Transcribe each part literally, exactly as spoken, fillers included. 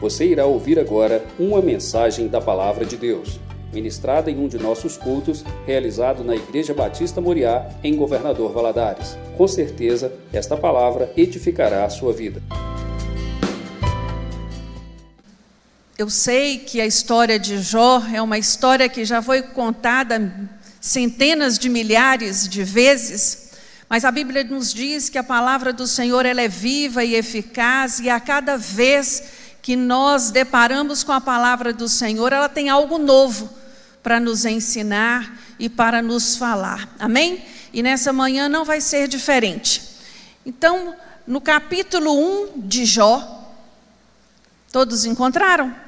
Você irá ouvir agora uma mensagem da Palavra de Deus, ministrada em um de nossos cultos, realizado na Igreja Batista Moriá, em Governador Valadares. Com certeza, esta palavra edificará a sua vida. Eu sei que a história de Jó é uma história que já foi contada centenas de milhares de vezes, mas a Bíblia nos diz que a palavra do Senhor ela é viva e eficaz, e a cada vez que nós deparamos com a palavra do Senhor, ela tem algo novo para nos ensinar e para nos falar, amém? E nessa manhã não vai ser diferente. Então, no capítulo um de Jó, todos encontraram?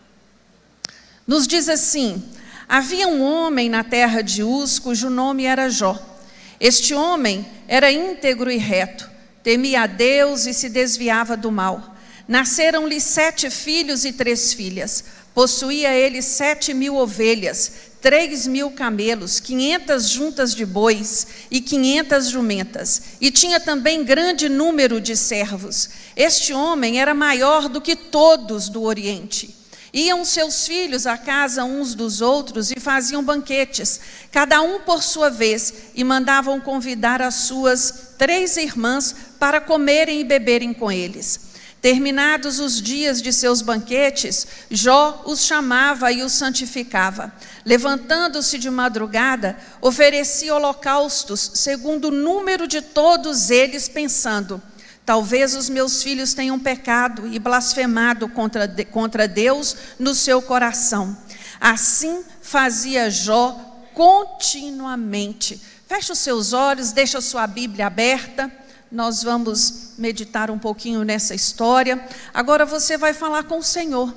Nos diz assim: havia um homem na terra de Uz, cujo nome era Jó. Este homem era íntegro e reto, temia a Deus e se desviava do mal. Nasceram-lhe sete filhos e três filhas. Possuía ele sete mil ovelhas, três mil camelos, quinhentas juntas de bois e quinhentas jumentas. E tinha também grande número de servos. Este homem era maior do que todos do Oriente. Iam seus filhos à casa uns dos outros e faziam banquetes, cada um por sua vez, e mandavam convidar as suas três irmãs para comerem e beberem com eles. Terminados os dias de seus banquetes, Jó os chamava e os santificava. Levantando-se de madrugada, oferecia holocaustos, segundo o número de todos eles, pensando: talvez os meus filhos tenham pecado e blasfemado contra, contra Deus no seu coração. Assim fazia Jó continuamente. Feche os seus olhos, deixa a sua Bíblia aberta. Nós vamos meditar um pouquinho nessa história. Agora você vai falar com o Senhor.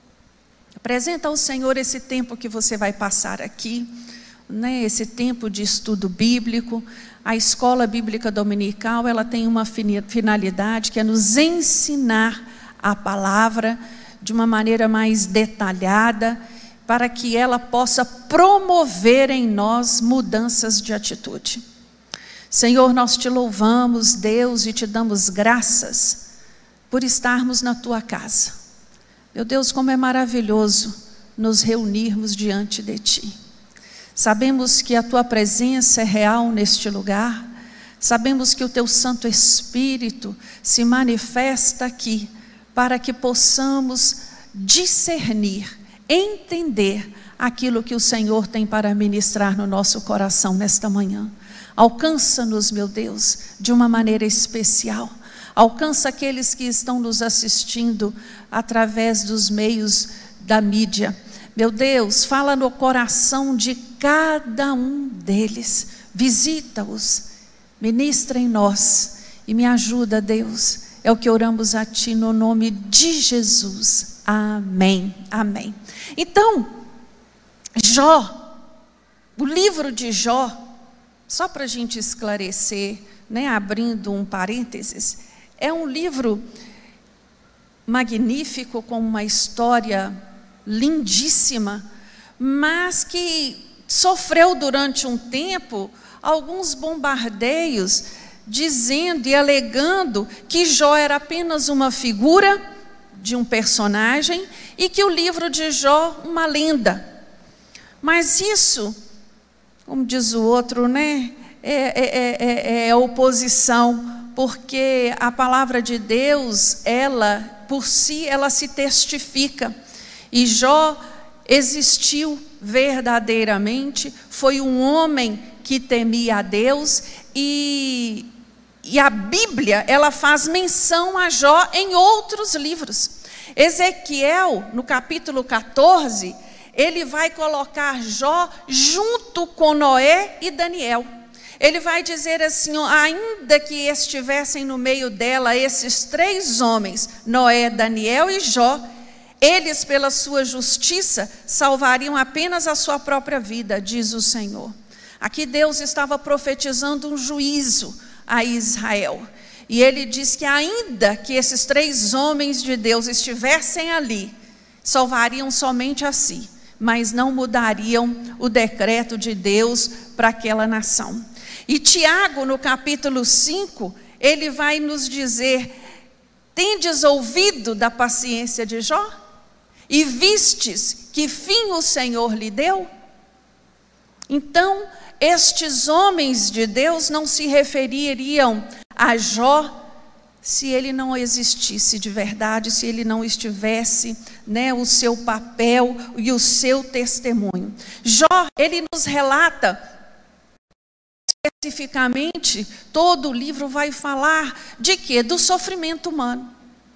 Apresenta ao Senhor esse tempo que você vai passar aqui, né? Esse tempo de estudo bíblico. A escola bíblica dominical, ela tem uma finalidade que é nos ensinar a palavra de uma maneira mais detalhada, para que ela possa promover em nós mudanças de atitude. Senhor, nós te louvamos, Deus, e te damos graças por estarmos na tua casa. Meu Deus, como é maravilhoso nos reunirmos diante de ti. Sabemos que a tua presença é real neste lugar. Sabemos que o teu Santo Espírito se manifesta aqui para que possamos discernir, entender aquilo que o Senhor tem para ministrar no nosso coração nesta manhã. Alcança-nos, meu Deus, de uma maneira especial. Alcança aqueles que estão nos assistindo através dos meios da mídia. Meu Deus, fala no coração de cada um deles. Visita-os, ministra em nós e me ajuda, Deus. É o que oramos a ti no nome de Jesus. Amém, amém. Então, Jó, o livro de Jó, só para a gente esclarecer, né, abrindo um parênteses, é um livro magnífico, com uma história lindíssima, mas que sofreu durante um tempo alguns bombardeios, dizendo e alegando que Jó era apenas uma figura de um personagem e que o livro de Jó uma lenda. Mas isso, como diz o outro, né, é, é, é, é oposição, porque a palavra de Deus, ela, por si, ela se testifica. E Jó existiu verdadeiramente, foi um homem que temia a Deus, e, e a Bíblia, ela faz menção a Jó em outros livros. Ezequiel, no capítulo catorze, ele vai colocar Jó junto com Noé e Daniel. Ele vai dizer assim: ainda que estivessem no meio dela esses três homens, Noé, Daniel e Jó, eles pela sua justiça salvariam apenas a sua própria vida, diz o Senhor. Aqui Deus estava profetizando um juízo a Israel. E ele diz que ainda que esses três homens de Deus estivessem ali, salvariam somente a si, mas não mudariam o decreto de Deus para aquela nação. E Tiago, no capítulo cinco, ele vai nos dizer: tendes ouvido da paciência de Jó? E vistes que fim o Senhor lhe deu? Então, estes homens de Deus não se refeririam a Jó se ele não existisse de verdade, se ele não estivesse, né, o seu papel e o seu testemunho. Jó, ele nos relata, especificamente, todo o livro vai falar de quê? Do sofrimento humano.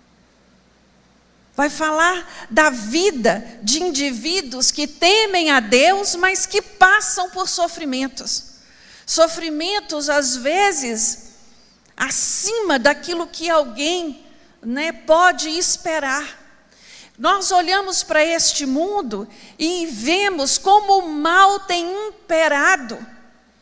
Vai falar da vida de indivíduos que temem a Deus, mas que passam por sofrimentos. Sofrimentos, às vezes, acima daquilo que alguém, né, pode esperar. Nós olhamos para este mundo e vemos como o mal tem imperado.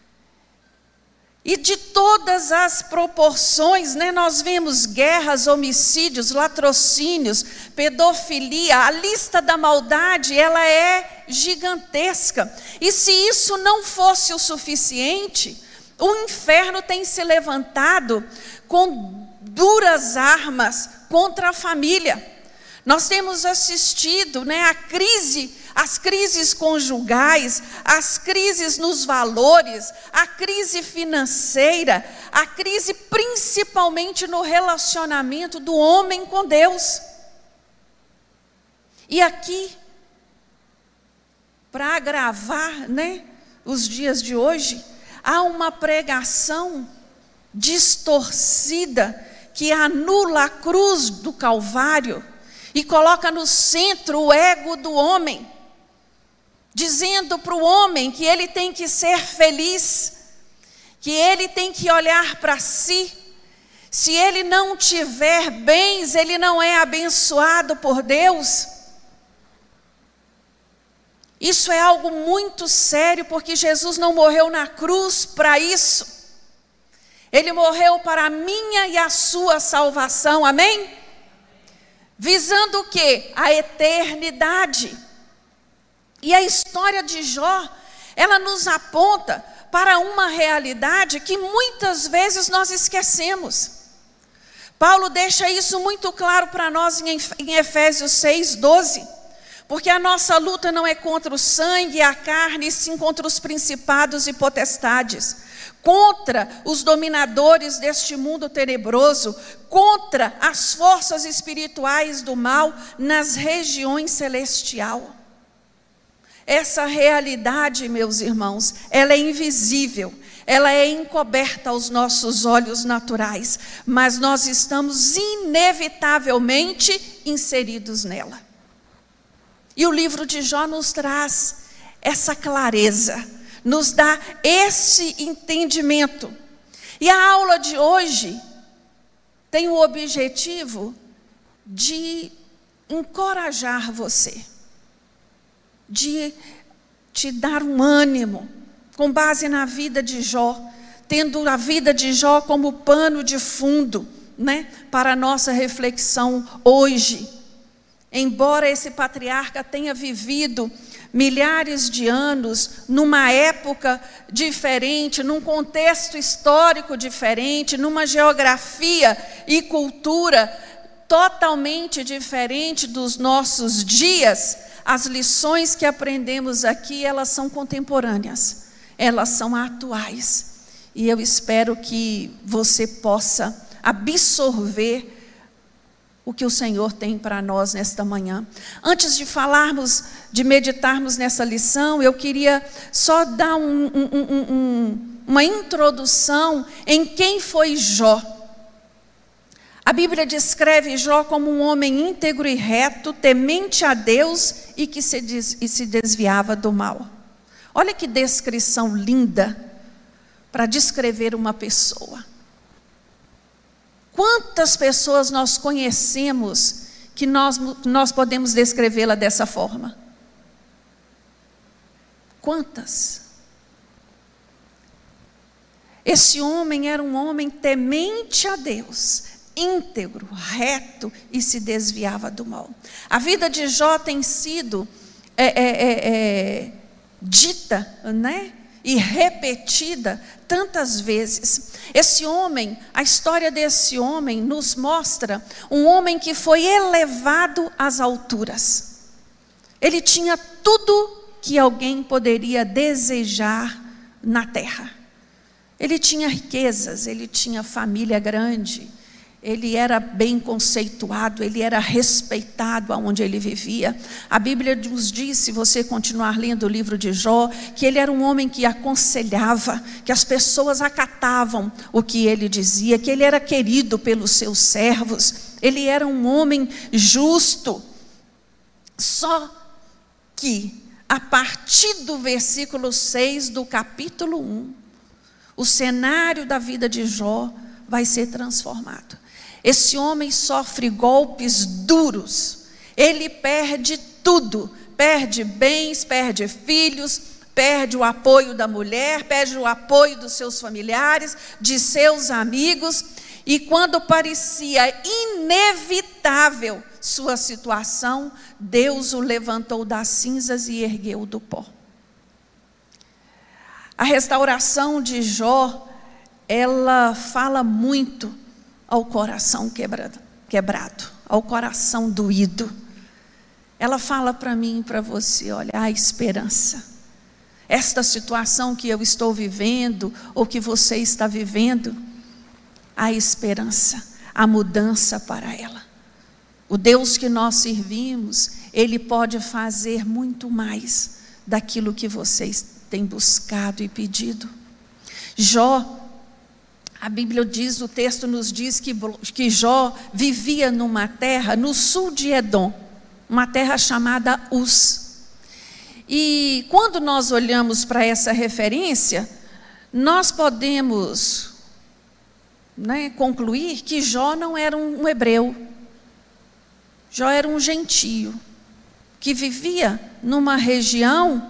E de todas as proporções, né, nós vemos guerras, homicídios, latrocínios, pedofilia. A lista da maldade, ela é gigantesca. E se isso não fosse o suficiente, o inferno tem se levantado com duras armas contra a família. Nós temos assistido, né, a crise, as crises conjugais, as crises nos valores, a crise financeira, a crise principalmente no relacionamento do homem com Deus. E aqui, para agravar, né, os dias de hoje, há uma pregação distorcida que anula a cruz do Calvário e coloca no centro o ego do homem, dizendo para o homem que ele tem que ser feliz, que ele tem que olhar para si. Se ele não tiver bens, ele não é abençoado por Deus. Isso é algo muito sério, porque Jesus não morreu na cruz para isso. Ele morreu para a minha e a sua salvação, amém? Visando o quê? A eternidade. E a história de Jó, ela nos aponta para uma realidade que muitas vezes nós esquecemos. Paulo deixa isso muito claro para nós em Efésios seis, doze. Porque a nossa luta não é contra o sangue e a carne, e sim contra os principados e potestades, contra os dominadores deste mundo tenebroso, contra as forças espirituais do mal nas regiões celestiais. Essa realidade, meus irmãos, ela é invisível, ela é encoberta aos nossos olhos naturais, mas nós estamos inevitavelmente inseridos nela. E o livro de Jó nos traz essa clareza, nos dá esse entendimento. E a aula de hoje tem o objetivo de encorajar você, de te dar um ânimo, com base na vida de Jó, tendo a vida de Jó como pano de fundo, né, para a nossa reflexão hoje. Embora esse patriarca tenha vivido milhares de anos, numa época diferente, num contexto histórico diferente, numa geografia e cultura totalmente diferente dos nossos dias, as lições que aprendemos aqui, elas são contemporâneas, elas são atuais. E eu espero que você possa absorver o que o Senhor tem para nós nesta manhã. Antes de falarmos, de meditarmos nessa lição, eu queria só dar um, um, um, um, uma introdução em quem foi Jó. A Bíblia descreve Jó como um homem íntegro e reto, temente a Deus e que se, des, e se desviava do mal. Olha que descrição linda para descrever uma pessoa. Quantas pessoas nós conhecemos que nós, nós podemos descrevê-la dessa forma? Quantas? Esse homem era um homem temente a Deus, íntegro, reto e se desviava do mal. A vida de Jó tem sido é, é, é, é, dita, né, e repetida tantas vezes. Esse homem, a história desse homem nos mostra um homem que foi elevado às alturas. Ele tinha tudo que alguém poderia desejar na terra. Ele tinha riquezas, ele tinha família grande, ele era bem conceituado, ele era respeitado aonde ele vivia. A Bíblia nos diz, se você continuar lendo o livro de Jó, que ele era um homem que aconselhava, que as pessoas acatavam o que ele dizia, que ele era querido pelos seus servos, ele era um homem justo. Só que, a partir do versículo seis do capítulo um, o cenário da vida de Jó vai ser transformado. Esse homem sofre golpes duros, ele perde tudo, perde bens, perde filhos, perde o apoio da mulher, perde o apoio dos seus familiares, de seus amigos, e quando parecia inevitável sua situação, Deus o levantou das cinzas e ergueu do pó. A restauração de Jó, ela fala muito ao coração quebrado, quebrado, ao coração doído. Ela fala para mim e para você, olha, há esperança. Esta situação que eu estou vivendo, ou que você está vivendo, há esperança, há mudança para ela. O Deus que nós servimos, Ele pode fazer muito mais daquilo que vocês têm buscado e pedido. Jó, a Bíblia diz, o texto nos diz que, que Jó vivia numa terra no sul de Edom, uma terra chamada Uz. E quando nós olhamos para essa referência, nós podemos, né, concluir que Jó não era um, um hebreu. Jó era um gentio, que vivia numa região...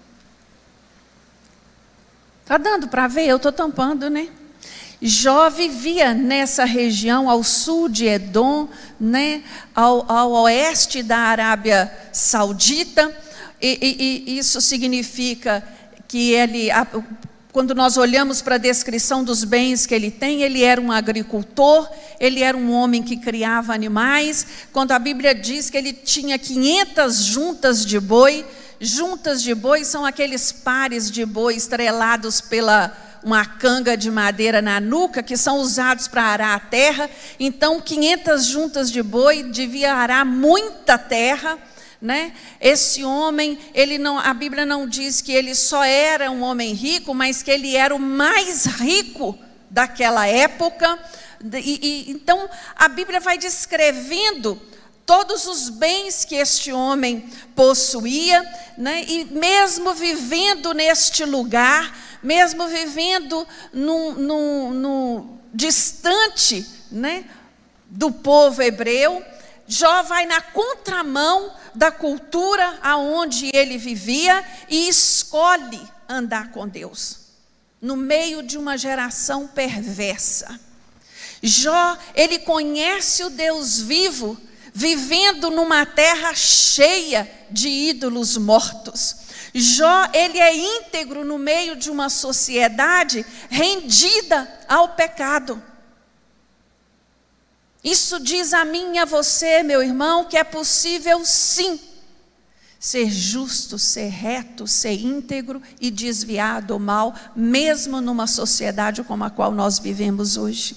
Está dando para ver? Eu estou tampando, né? Jó vivia nessa região ao sul de Edom, né, ao, ao oeste da Arábia Saudita, e, e, e isso significa que ele, a, quando nós olhamos para a descrição dos bens que ele tem, ele era um agricultor, ele era um homem que criava animais. Quando a Bíblia diz que ele tinha quinhentas juntas de boi, juntas de boi são aqueles pares de boi estrelados pela uma canga de madeira na nuca, que são usados para arar a terra. Então, quinhentas juntas de boi devia arar muita terra, né? Esse homem, ele não, a Bíblia não diz que ele só era um homem rico, mas que ele era o mais rico daquela época. E, e, então, a Bíblia vai descrevendo todos os bens que este homem possuía, né? E mesmo vivendo neste lugar, mesmo vivendo no, no, no distante, né, do povo hebreu, Jó vai na contramão da cultura aonde ele vivia e escolhe andar com Deus, no meio de uma geração perversa. Jó, ele conhece o Deus vivo, vivendo numa terra cheia de ídolos mortos. Jó, ele é íntegro no meio de uma sociedade rendida ao pecado. Isso diz a mim e a você, meu irmão, que é possível sim ser justo, ser reto, ser íntegro e desviar do mal, mesmo numa sociedade como a qual nós vivemos hoje.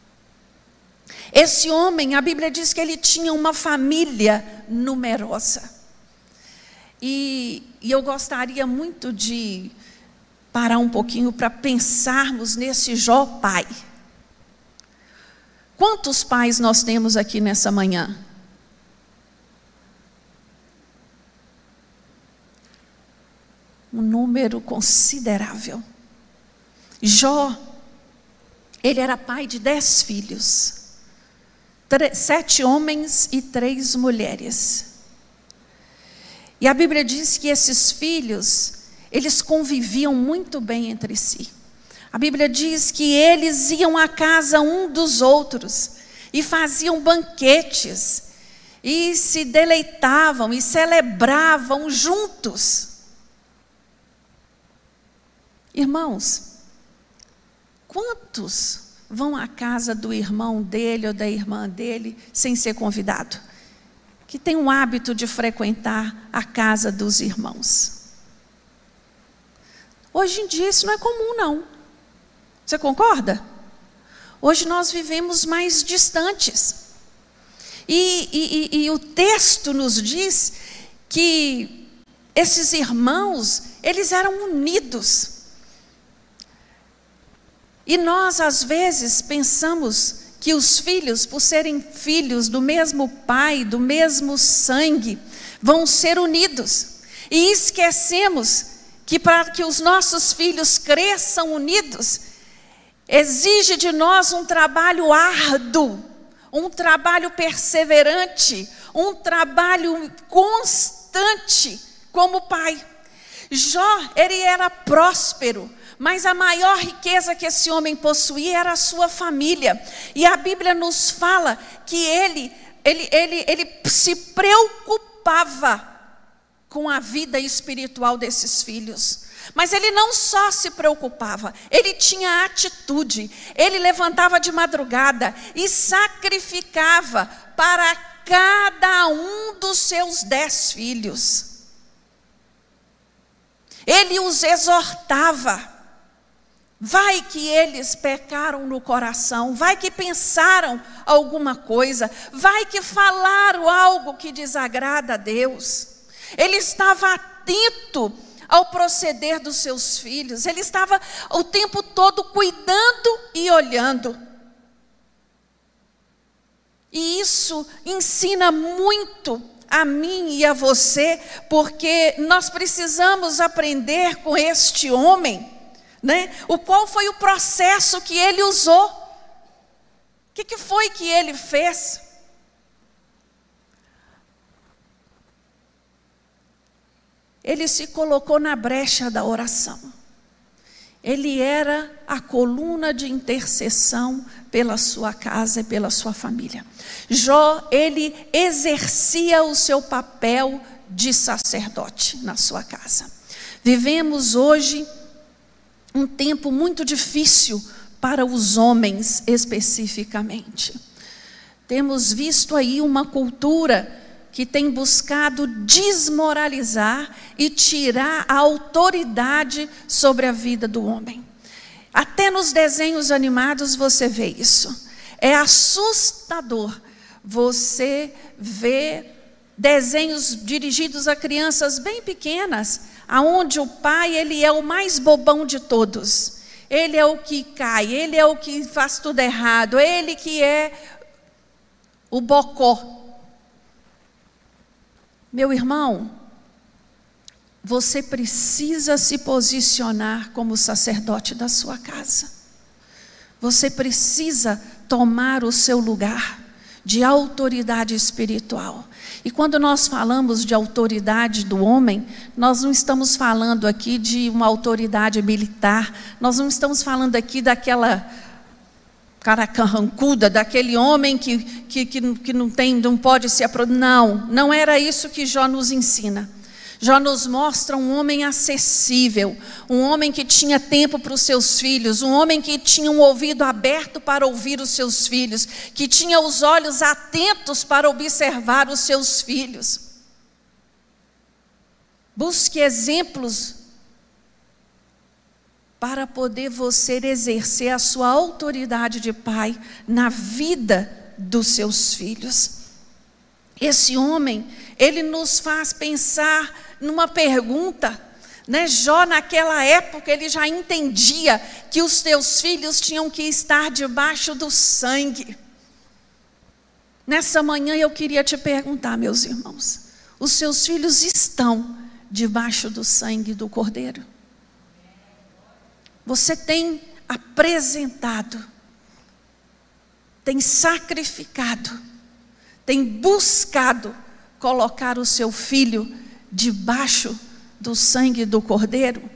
Esse homem, a Bíblia diz que ele tinha uma família numerosa. E, e eu gostaria muito de parar um pouquinho para pensarmos nesse Jó pai. Quantos pais nós temos aqui nessa manhã? Um número considerável. Jó, ele era pai de dez filhos, sete homens e três mulheres. E a Bíblia diz que esses filhos, eles conviviam muito bem entre si. A Bíblia diz que eles iam à casa um dos outros e faziam banquetes e se deleitavam e celebravam juntos. Irmãos, quantos vão à casa do irmão dele ou da irmã dele sem ser convidado? Que tem o hábito de frequentar a casa dos irmãos. Hoje em dia isso não é comum, não. Você concorda? Hoje nós vivemos mais distantes. E, e, e, e o texto nos diz que esses irmãos, eles eram unidos. E nós, às vezes, pensamos que os filhos, por serem filhos do mesmo pai, do mesmo sangue, vão ser unidos. E esquecemos que para que os nossos filhos cresçam unidos, exige de nós um trabalho árduo, um trabalho perseverante, um trabalho constante como pai. Jó, ele era próspero, mas a maior riqueza que esse homem possuía era a sua família. E a Bíblia nos fala que ele, ele, ele, ele se preocupava com a vida espiritual desses filhos. Mas ele não só se preocupava, ele tinha atitude. Ele levantava de madrugada e sacrificava para cada um dos seus dez filhos. Ele os exortava. Vai que eles pecaram no coração, vai que pensaram alguma coisa, vai que falaram algo que desagrada a Deus. Ele estava atento ao proceder dos seus filhos, ele estava o tempo todo cuidando e olhando. E isso ensina muito a mim e a você, porque nós precisamos aprender com este homem, né? O qual foi o processo que ele usou? O que, que foi que ele fez? Ele se colocou na brecha da oração. Ele era a coluna de intercessão pela sua casa e pela sua família. Jó, ele exercia o seu papel de sacerdote na sua casa. Vivemos hoje um tempo muito difícil para os homens especificamente. Temos visto aí uma cultura que tem buscado desmoralizar e tirar a autoridade sobre a vida do homem. Até nos desenhos animados você vê isso. É assustador você ver desenhos dirigidos a crianças bem pequenas, aonde o pai, ele é o mais bobão de todos. Ele é o que cai, ele é o que faz tudo errado, ele que é o bocó. Meu irmão, você precisa se posicionar como sacerdote da sua casa. Você precisa tomar o seu lugar de autoridade espiritual. E quando nós falamos de autoridade do homem, nós não estamos falando aqui de uma autoridade militar, nós não estamos falando aqui daquela cara carrancuda, daquele homem que, que, que, que não, tem, não pode se aproveitar. Não, não era isso que Jó nos ensina. Jó nos mostra um homem acessível, um homem que tinha tempo para os seus filhos, um homem que tinha um ouvido aberto para ouvir os seus filhos, que tinha os olhos atentos para observar os seus filhos. Busque exemplos para poder você exercer a sua autoridade de pai na vida dos seus filhos. Esse homem, ele nos faz pensar numa pergunta, né? Jó, naquela época, ele já entendia que os teus filhos tinham que estar debaixo do sangue. Nessa manhã eu queria te perguntar, meus irmãos, os seus filhos estão debaixo do sangue do Cordeiro? Você tem apresentado, tem sacrificado, tem buscado colocar o seu filho debaixo do sangue do Cordeiro?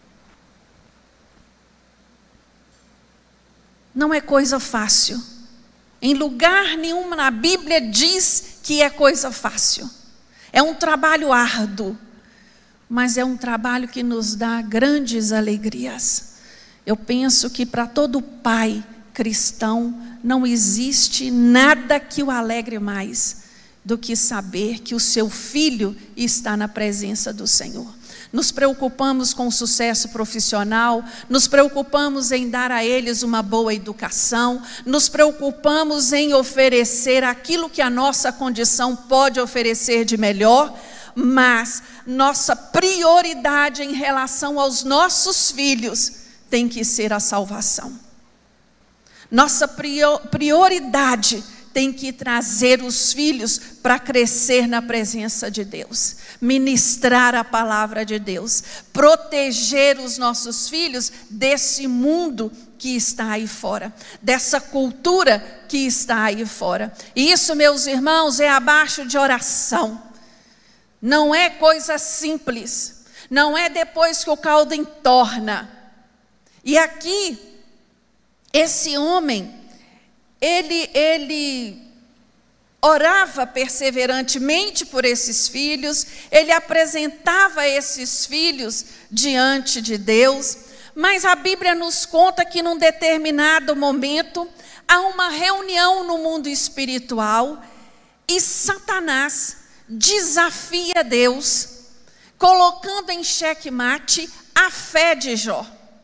Não é coisa fácil. Em lugar nenhum na Bíblia diz que é coisa fácil. É um trabalho árduo. mas é um trabalho que nos dá grandes alegrias. Eu penso que para todo pai cristão não existe nada que o alegre mais do que saber que o seu filho está na presença do Senhor. Nos preocupamos com o sucesso profissional, nos preocupamos em dar a eles uma boa educação, nos preocupamos em oferecer aquilo que a nossa condição pode oferecer de melhor, mas nossa prioridade em relação aos nossos filhos tem que ser a salvação. Nossa prioridade tem que trazer os filhos para crescer na presença de Deus, ministrar a palavra de Deus, proteger os nossos filhos desse mundo que está aí fora, dessa cultura que está aí fora. E isso, meus irmãos, é abaixo de oração. Não é coisa simples, não é depois que o caldo entorna. E aqui, esse homem, ele, ele orava perseverantemente por esses filhos, ele apresentava esses filhos diante de Deus, mas a Bíblia nos conta que num determinado momento, há uma reunião no mundo espiritual, e Satanás desafia Deus, colocando em xeque-mate a fé de Jó.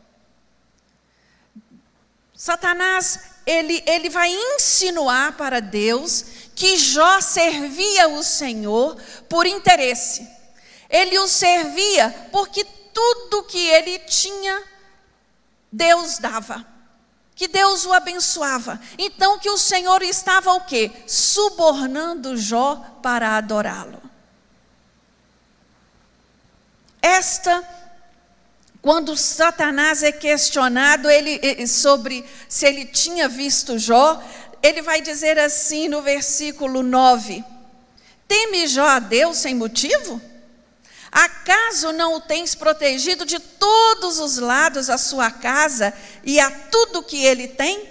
Satanás, ele, ele vai insinuar para Deus que Jó servia o Senhor por interesse. Ele o servia porque tudo que ele tinha, Deus dava. Que Deus o abençoava. Então que o Senhor estava o quê? Subornando Jó para adorá-lo. Esta, quando Satanás é questionado ele, sobre se ele tinha visto Jó, ele vai dizer assim no versículo nove: teme Jó a Deus sem motivo? Acaso não o tens protegido de todos os lados a sua casa e a tudo que ele tem?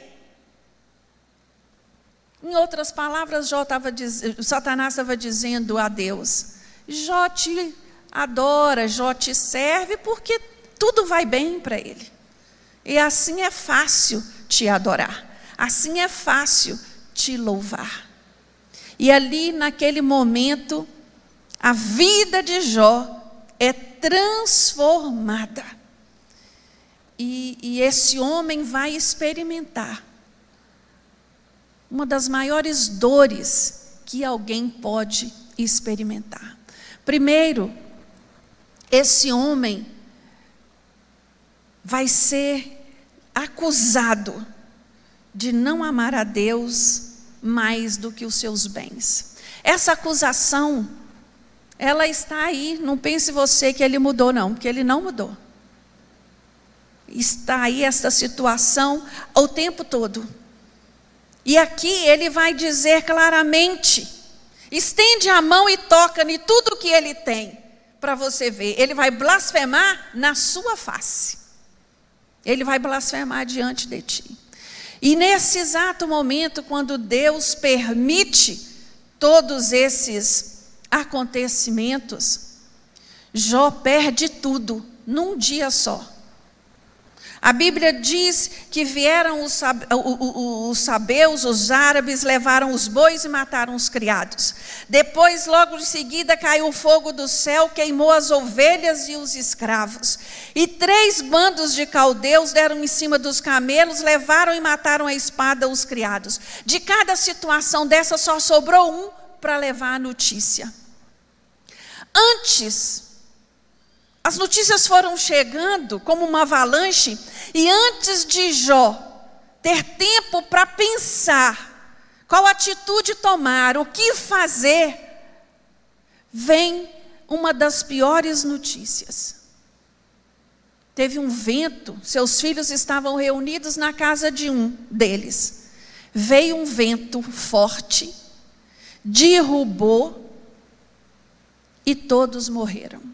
Em outras palavras, Jó tava diz... Satanás estava dizendo a Deus: Jó te adora, Jó te serve porque tudo vai bem para ele. E assim é fácil te adorar, assim é fácil te louvar. E ali naquele momento, a vida de Jó é transformada. E, e esse homem vai experimentar uma das maiores dores que alguém pode experimentar. Primeiro, esse homem vai ser acusado de não amar a Deus mais do que os seus bens. Essa acusação, ela está aí, não pense você que ele mudou não, porque ele não mudou. Está aí esta situação o tempo todo. E aqui ele vai dizer claramente, estende a mão e toca em tudo que ele tem, para você ver. Ele vai blasfemar na sua face. Ele vai blasfemar diante de ti. E nesse exato momento, quando Deus permite todos esses acontecimentos, Jó perde tudo num dia só. A Bíblia diz que vieram os, os sabeus, os árabes, levaram os bois e mataram os criados. Depois, logo em seguida, caiu o fogo do céu, queimou as ovelhas e os escravos. E três bandos de caldeus deram em cima dos camelos, levaram e mataram a espada os criados. De cada situação dessa, só sobrou um para levar a notícia. Antes, as notícias foram chegando como uma avalanche, e antes de Jó ter tempo para pensar qual atitude tomar, o que fazer, vem uma das piores notícias. Teve um vento, seus filhos estavam reunidos na casa de um deles. Veio um vento forte, derrubou e todos morreram.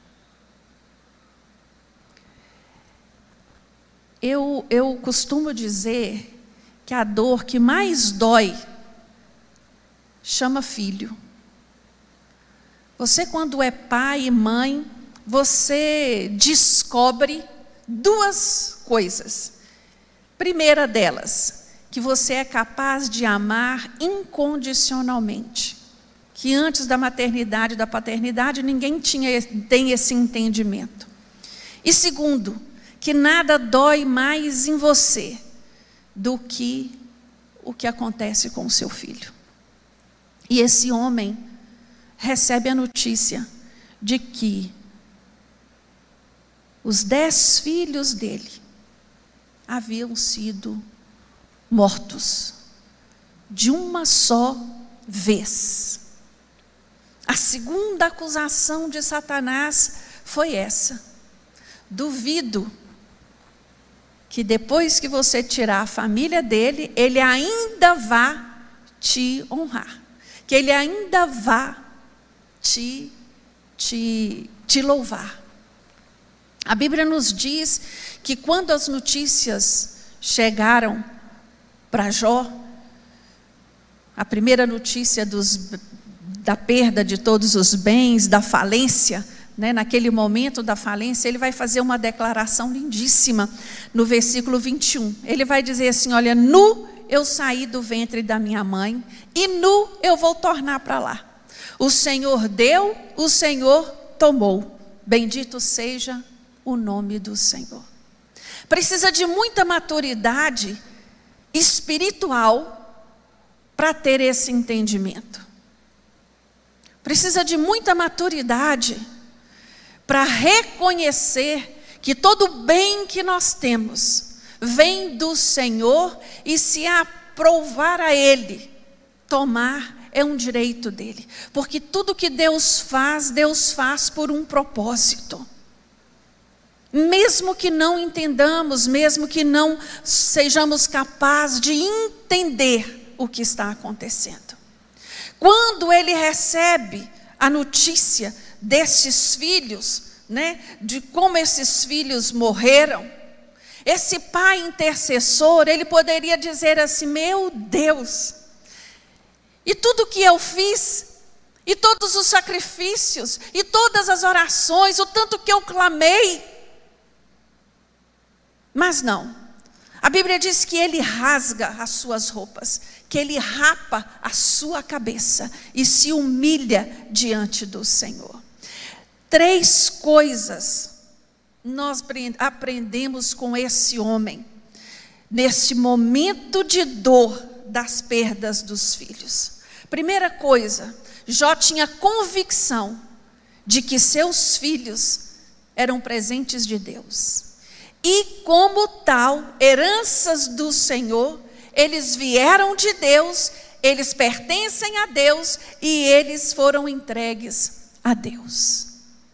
Eu, eu costumo dizer que a dor que mais dói chama filho. Você, quando é pai e mãe, você descobre duas coisas. Primeira delas, que você é capaz de amar incondicionalmente. Que antes da maternidade e da paternidade ninguém tinha, tem esse entendimento. E segundo, que nada dói mais em você do que o que acontece com o seu filho. E esse homem recebe a notícia de que os dez filhos dele haviam sido mortos de uma só vez. A segunda acusação de Satanás foi essa: duvido que depois que você tirar a família dele, ele ainda vá te honrar, que ele ainda vá te, te, te louvar. A Bíblia nos diz que quando as notícias chegaram para Jó, a primeira notícia dos, da perda de todos os bens, da falência, né, naquele momento da falência, ele vai fazer uma declaração lindíssima no versículo vinte e um. Ele vai dizer assim: olha, nu eu saí do ventre da minha mãe e nu eu vou tornar para lá. O Senhor deu, o Senhor tomou. Bendito seja o nome do Senhor. Precisa de muita maturidade espiritual para ter esse entendimento. Precisa de muita maturidade para reconhecer que todo bem que nós temos vem do Senhor e se aprovar a Ele, tomar é um direito dele. Porque tudo que Deus faz, Deus faz por um propósito. Mesmo que não entendamos, mesmo que não sejamos capazes de entender o que está acontecendo. Quando ele recebe a notícia desses filhos, né, de como esses filhos morreram, esse pai intercessor, ele poderia dizer assim: meu Deus, e tudo que eu fiz, e todos os sacrifícios, e todas as orações, o tanto que eu clamei. Mas não, a Bíblia diz que ele rasga as suas roupas, que ele rapa a sua cabeça e se humilha diante do Senhor. Três coisas nós aprendemos com esse homem, nesse momento de dor das perdas dos filhos. Primeira coisa, Jó tinha convicção de que seus filhos eram presentes de Deus. E como tal, heranças do Senhor, eles vieram de Deus, eles pertencem a Deus e eles foram entregues a Deus.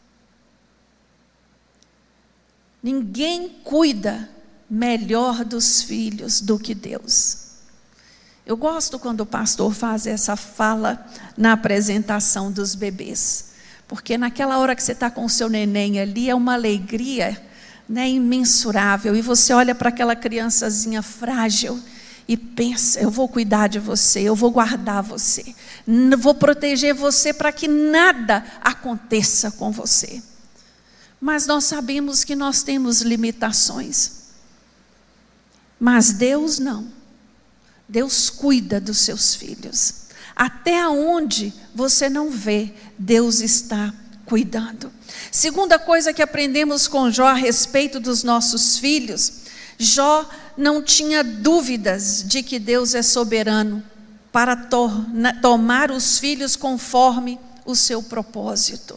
Ninguém cuida melhor dos filhos do que Deus. Eu gosto quando o pastor faz essa fala na apresentação dos bebês, porque naquela hora que você está com o seu neném ali, é uma alegria, né, imensurável, e você olha para aquela criançazinha frágil e pensa: eu vou cuidar de você, eu vou guardar você, vou proteger você para que nada aconteça com você. Mas nós sabemos que nós temos limitações, mas Deus não. Deus cuida dos seus filhos. Até onde você não vê, Deus está cuidando. Segunda coisa que aprendemos com Jó a respeito dos nossos filhos: Jó não tinha dúvidas de que Deus é soberano para torna, tomar os filhos conforme o seu propósito.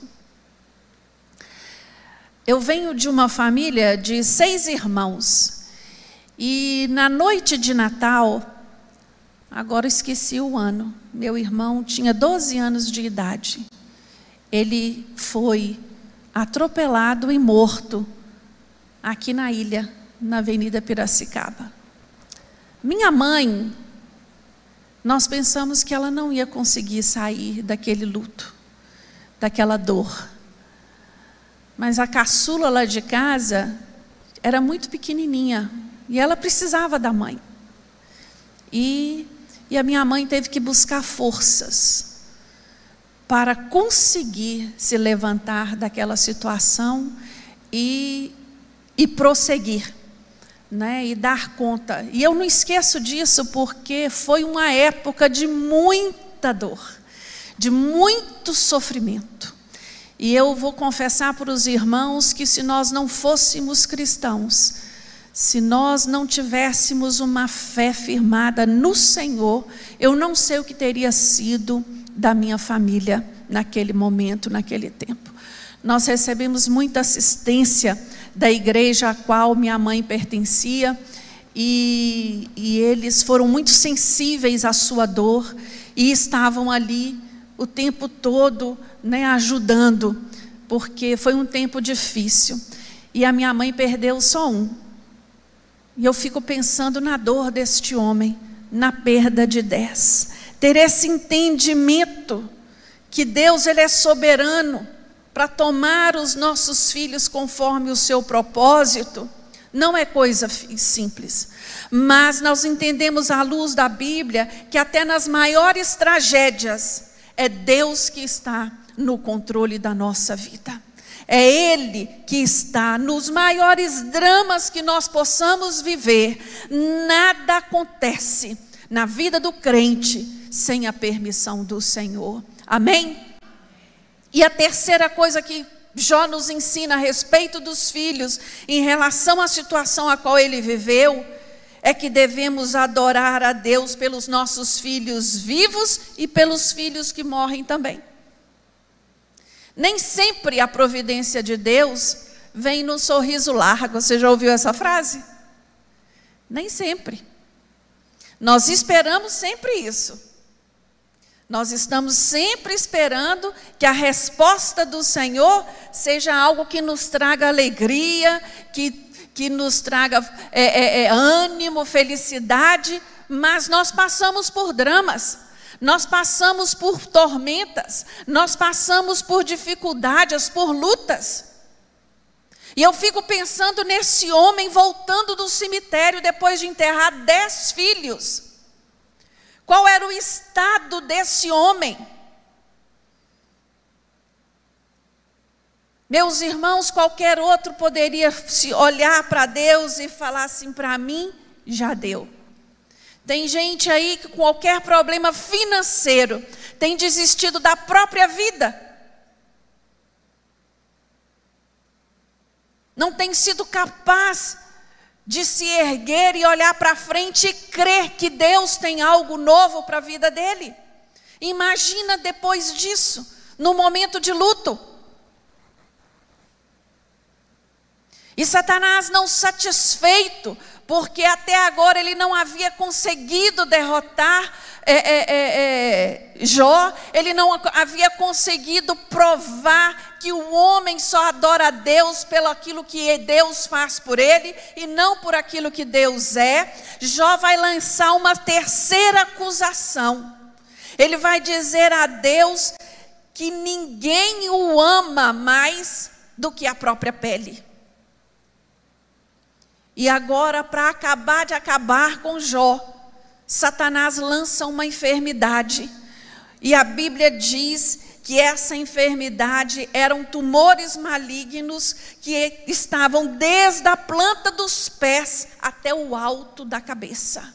Eu venho de uma família de seis irmãos, e na noite de Natal, agora esqueci o ano, meu irmão tinha doze anos de idade. Ele foi atropelado e morto aqui na ilha, na Avenida Piracicaba. Minha mãe, nós pensamos que ela não ia conseguir sair daquele luto, daquela dor. Mas a caçula lá de casa era muito pequenininha e ela precisava da mãe. E, e a minha mãe teve que buscar forças para conseguir se levantar daquela situação e, e prosseguir, né, e dar conta. E eu não esqueço disso, porque foi uma época de muita dor, de muito sofrimento. E eu vou confessar para os irmãos que se nós não fôssemos cristãos, se nós não tivéssemos uma fé firmada no Senhor, eu não sei o que teria sido da minha família naquele momento, naquele tempo. Nós recebemos muita assistência da igreja a qual minha mãe pertencia, e, e eles foram muito sensíveis à sua dor, e estavam ali o tempo todo, né, ajudando, porque foi um tempo difícil. E a minha mãe perdeu só um. E eu fico pensando na dor deste homem, na perda de dez. Ter esse entendimento que Deus, Ele é soberano para tomar os nossos filhos conforme o seu propósito, não é coisa simples. Mas nós entendemos à luz da Bíblia que até nas maiores tragédias é Deus que está no controle da nossa vida. É Ele que está nos maiores dramas que nós possamos viver. Nada acontece na vida do crente sem a permissão do Senhor. Amém? E a terceira coisa que Jó nos ensina a respeito dos filhos, em relação à situação a qual ele viveu, é que devemos adorar a Deus pelos nossos filhos vivos e pelos filhos que morrem também. Nem sempre a providência de Deus vem num sorriso largo. Você já ouviu essa frase? Nem sempre. Nós esperamos sempre isso. Nós estamos sempre esperando que a resposta do Senhor seja algo que nos traga alegria, que, que nos traga é, é, é, ânimo, felicidade, mas nós passamos por dramas, nós passamos por tormentas, nós passamos por dificuldades, por lutas. E eu fico pensando nesse homem voltando do cemitério depois de enterrar dez filhos. Qual era o estado desse homem? Meus irmãos, qualquer outro poderia se olhar para Deus e falar assim: para mim já deu. Tem gente aí que com qualquer problema financeiro tem desistido da própria vida. Não tem sido capaz de se erguer e olhar para frente e crer que Deus tem algo novo para a vida dele. Imagina depois disso, no momento de luto. E Satanás, não satisfeito, porque até agora ele não havia conseguido derrotar é, é, é, é, Jó, ele não havia conseguido provar que o homem só adora a Deus pelo aquilo que Deus faz por ele e não por aquilo que Deus é. Jó vai lançar uma terceira acusação. Ele vai dizer a Deus que ninguém o ama mais do que a própria pele. E agora, para acabar de acabar com Jó, Satanás lança uma enfermidade. E a Bíblia diz que essa enfermidade eram tumores malignos que estavam desde a planta dos pés até o alto da cabeça.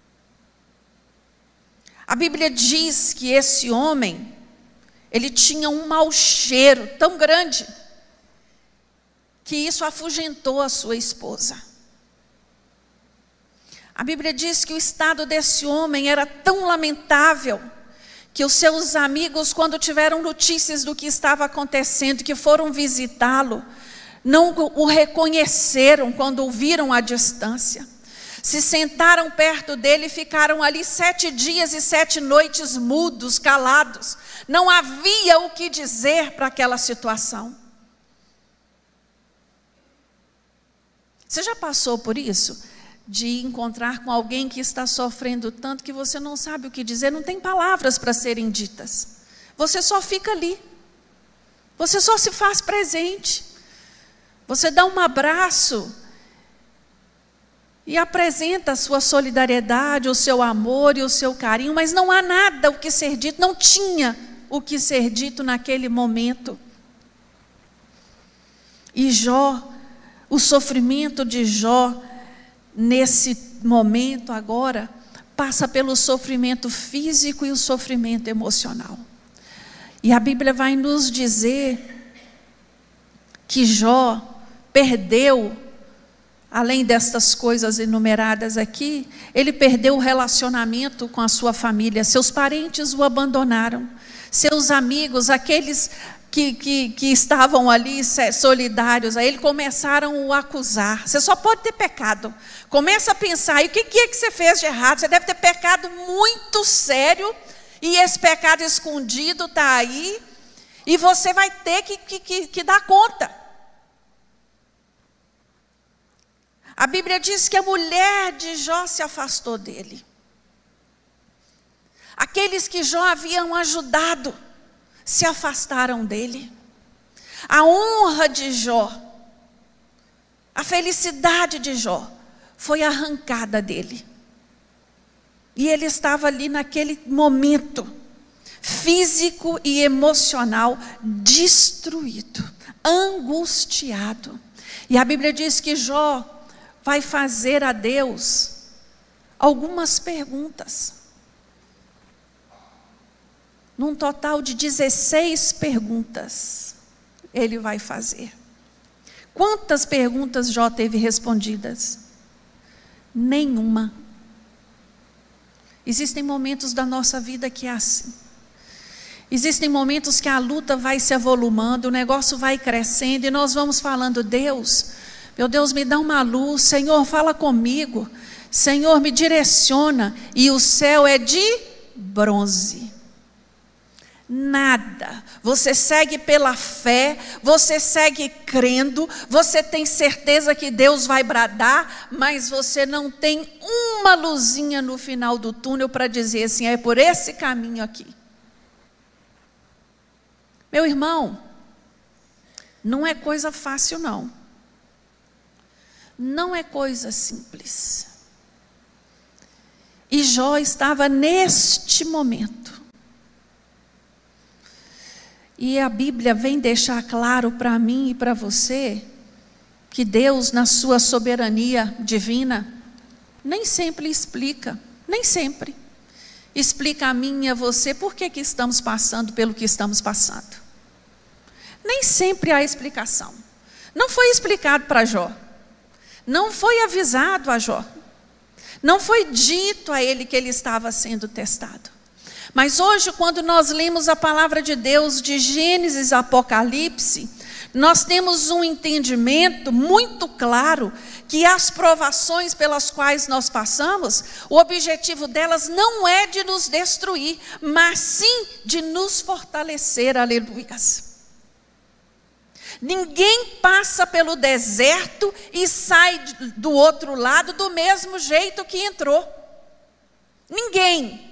A Bíblia diz que esse homem, ele tinha um mau cheiro tão grande que isso afugentou a sua esposa. A Bíblia diz que o estado desse homem era tão lamentável que os seus amigos, quando tiveram notícias do que estava acontecendo, que foram visitá-lo, não o reconheceram quando o viram à distância. Se sentaram perto dele e ficaram ali sete dias e sete noites mudos, calados. Não havia o que dizer para aquela situação. Você já passou por isso? De encontrar com alguém que está sofrendo tanto que você não sabe o que dizer, não tem palavras para serem ditas. Você só fica ali. Você só se faz presente. Você dá um abraço e apresenta a sua solidariedade, o seu amor e o seu carinho, mas não há nada o que ser dito, não tinha o que ser dito naquele momento. E Jó, o sofrimento de Jó, nesse momento agora, passa pelo sofrimento físico e o sofrimento emocional. E a Bíblia vai nos dizer que Jó perdeu, além destas coisas enumeradas aqui, ele perdeu o relacionamento com a sua família, seus parentes o abandonaram, seus amigos, aqueles que, que, que estavam ali solidários a ele, começaram a o acusar. Você só pode ter pecado. Começa a pensar, e o que, que é que você fez de errado? Você deve ter pecado muito sério, e esse pecado escondido está aí, e você vai ter que, que, que, que dar conta. A Bíblia diz que a mulher de Jó se afastou dele. Aqueles que Jó haviam ajudado se afastaram dele. A honra de Jó, a felicidade de Jó foi arrancada dele. E ele estava ali naquele momento físico e emocional destruído, angustiado. E a Bíblia diz que Jó vai fazer a Deus algumas perguntas. Num total de dezesseis perguntas, ele vai fazer. Quantas perguntas Jó teve respondidas? Nenhuma. Existem momentos da nossa vida que é assim. Existem momentos que a luta vai se avolumando, o negócio vai crescendo e nós vamos falando, Deus, meu Deus, me dá uma luz, Senhor, fala comigo, Senhor, me direciona, e o céu é de bronze. Nada, você segue pela fé, você segue crendo, você tem certeza que Deus vai bradar, mas você não tem uma luzinha no final do túnel para dizer assim, é por esse caminho aqui. Meu irmão, não é coisa fácil não. Não é coisa simples. E Jó estava neste momento. E a Bíblia vem deixar claro para mim e para você, que Deus, na sua soberania divina, nem sempre explica, nem sempre, explica a mim e a você por que que estamos passando pelo que estamos passando. Nem sempre há explicação. Não foi explicado para Jó. Não foi avisado a Jó. Não foi dito a ele que ele estava sendo testado. Mas hoje, quando nós lemos a palavra de Deus de Gênesis a Apocalipse, nós temos um entendimento muito claro que as provações pelas quais nós passamos, o objetivo delas não é de nos destruir, mas sim de nos fortalecer, aleluias. Ninguém passa pelo deserto e sai do outro lado do mesmo jeito que entrou. Ninguém.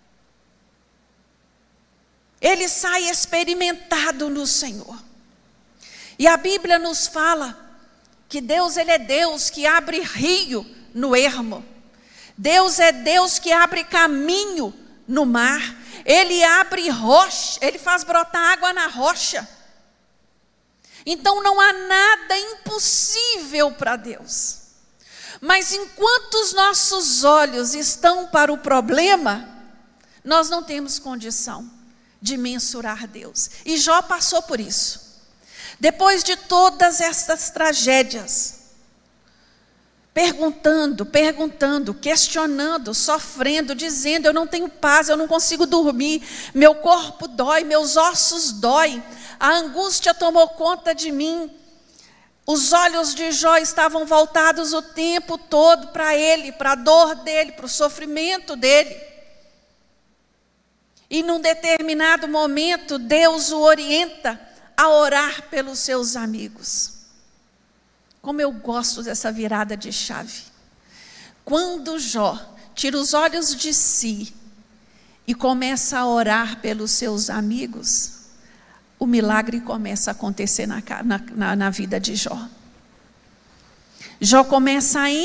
Ele sai experimentado no Senhor. E a Bíblia nos fala que Deus, Ele é Deus que abre rio no ermo. Deus é Deus que abre caminho no mar. Ele abre rocha, Ele faz brotar água na rocha. Então não há nada impossível para Deus. Mas enquanto os nossos olhos estão para o problema, nós não temos condição de mensurar Deus. E Jó passou por isso. Depois de todas estas tragédias, perguntando, perguntando, questionando, sofrendo, dizendo, eu não tenho paz, eu não consigo dormir, meu corpo dói, meus ossos doem, a angústia tomou conta de mim. Os olhos de Jó estavam voltados o tempo todo para ele, para a dor dele, para o sofrimento dele. E num determinado momento, Deus o orienta a orar pelos seus amigos. Como eu gosto dessa virada de chave. Quando Jó tira os olhos de si e começa a orar pelos seus amigos, o milagre começa a acontecer na, na, na vida de Jó. Jó começa a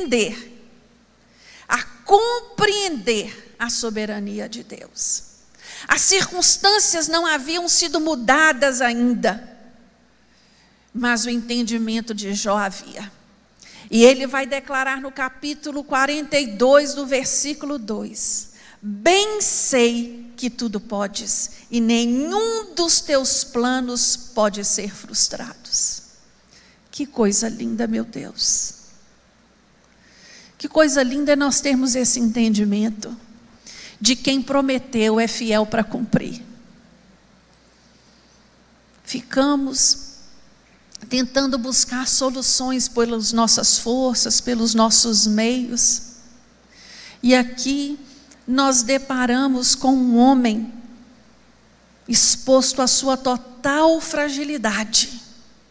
entender, a compreender a soberania de Deus, As circunstâncias não haviam sido mudadas ainda, mas o entendimento de Jó havia. E ele vai declarar no capítulo quarenta e dois, do versículo dois: bem sei que tudo podes, e nenhum dos teus planos pode ser frustrado. Que coisa linda, meu Deus. Que coisa linda é nós termos esse entendimento de quem prometeu é fiel para cumprir. Ficamos tentando buscar soluções pelas nossas forças, pelos nossos meios. E aqui nós deparamos com um homem exposto à sua total fragilidade.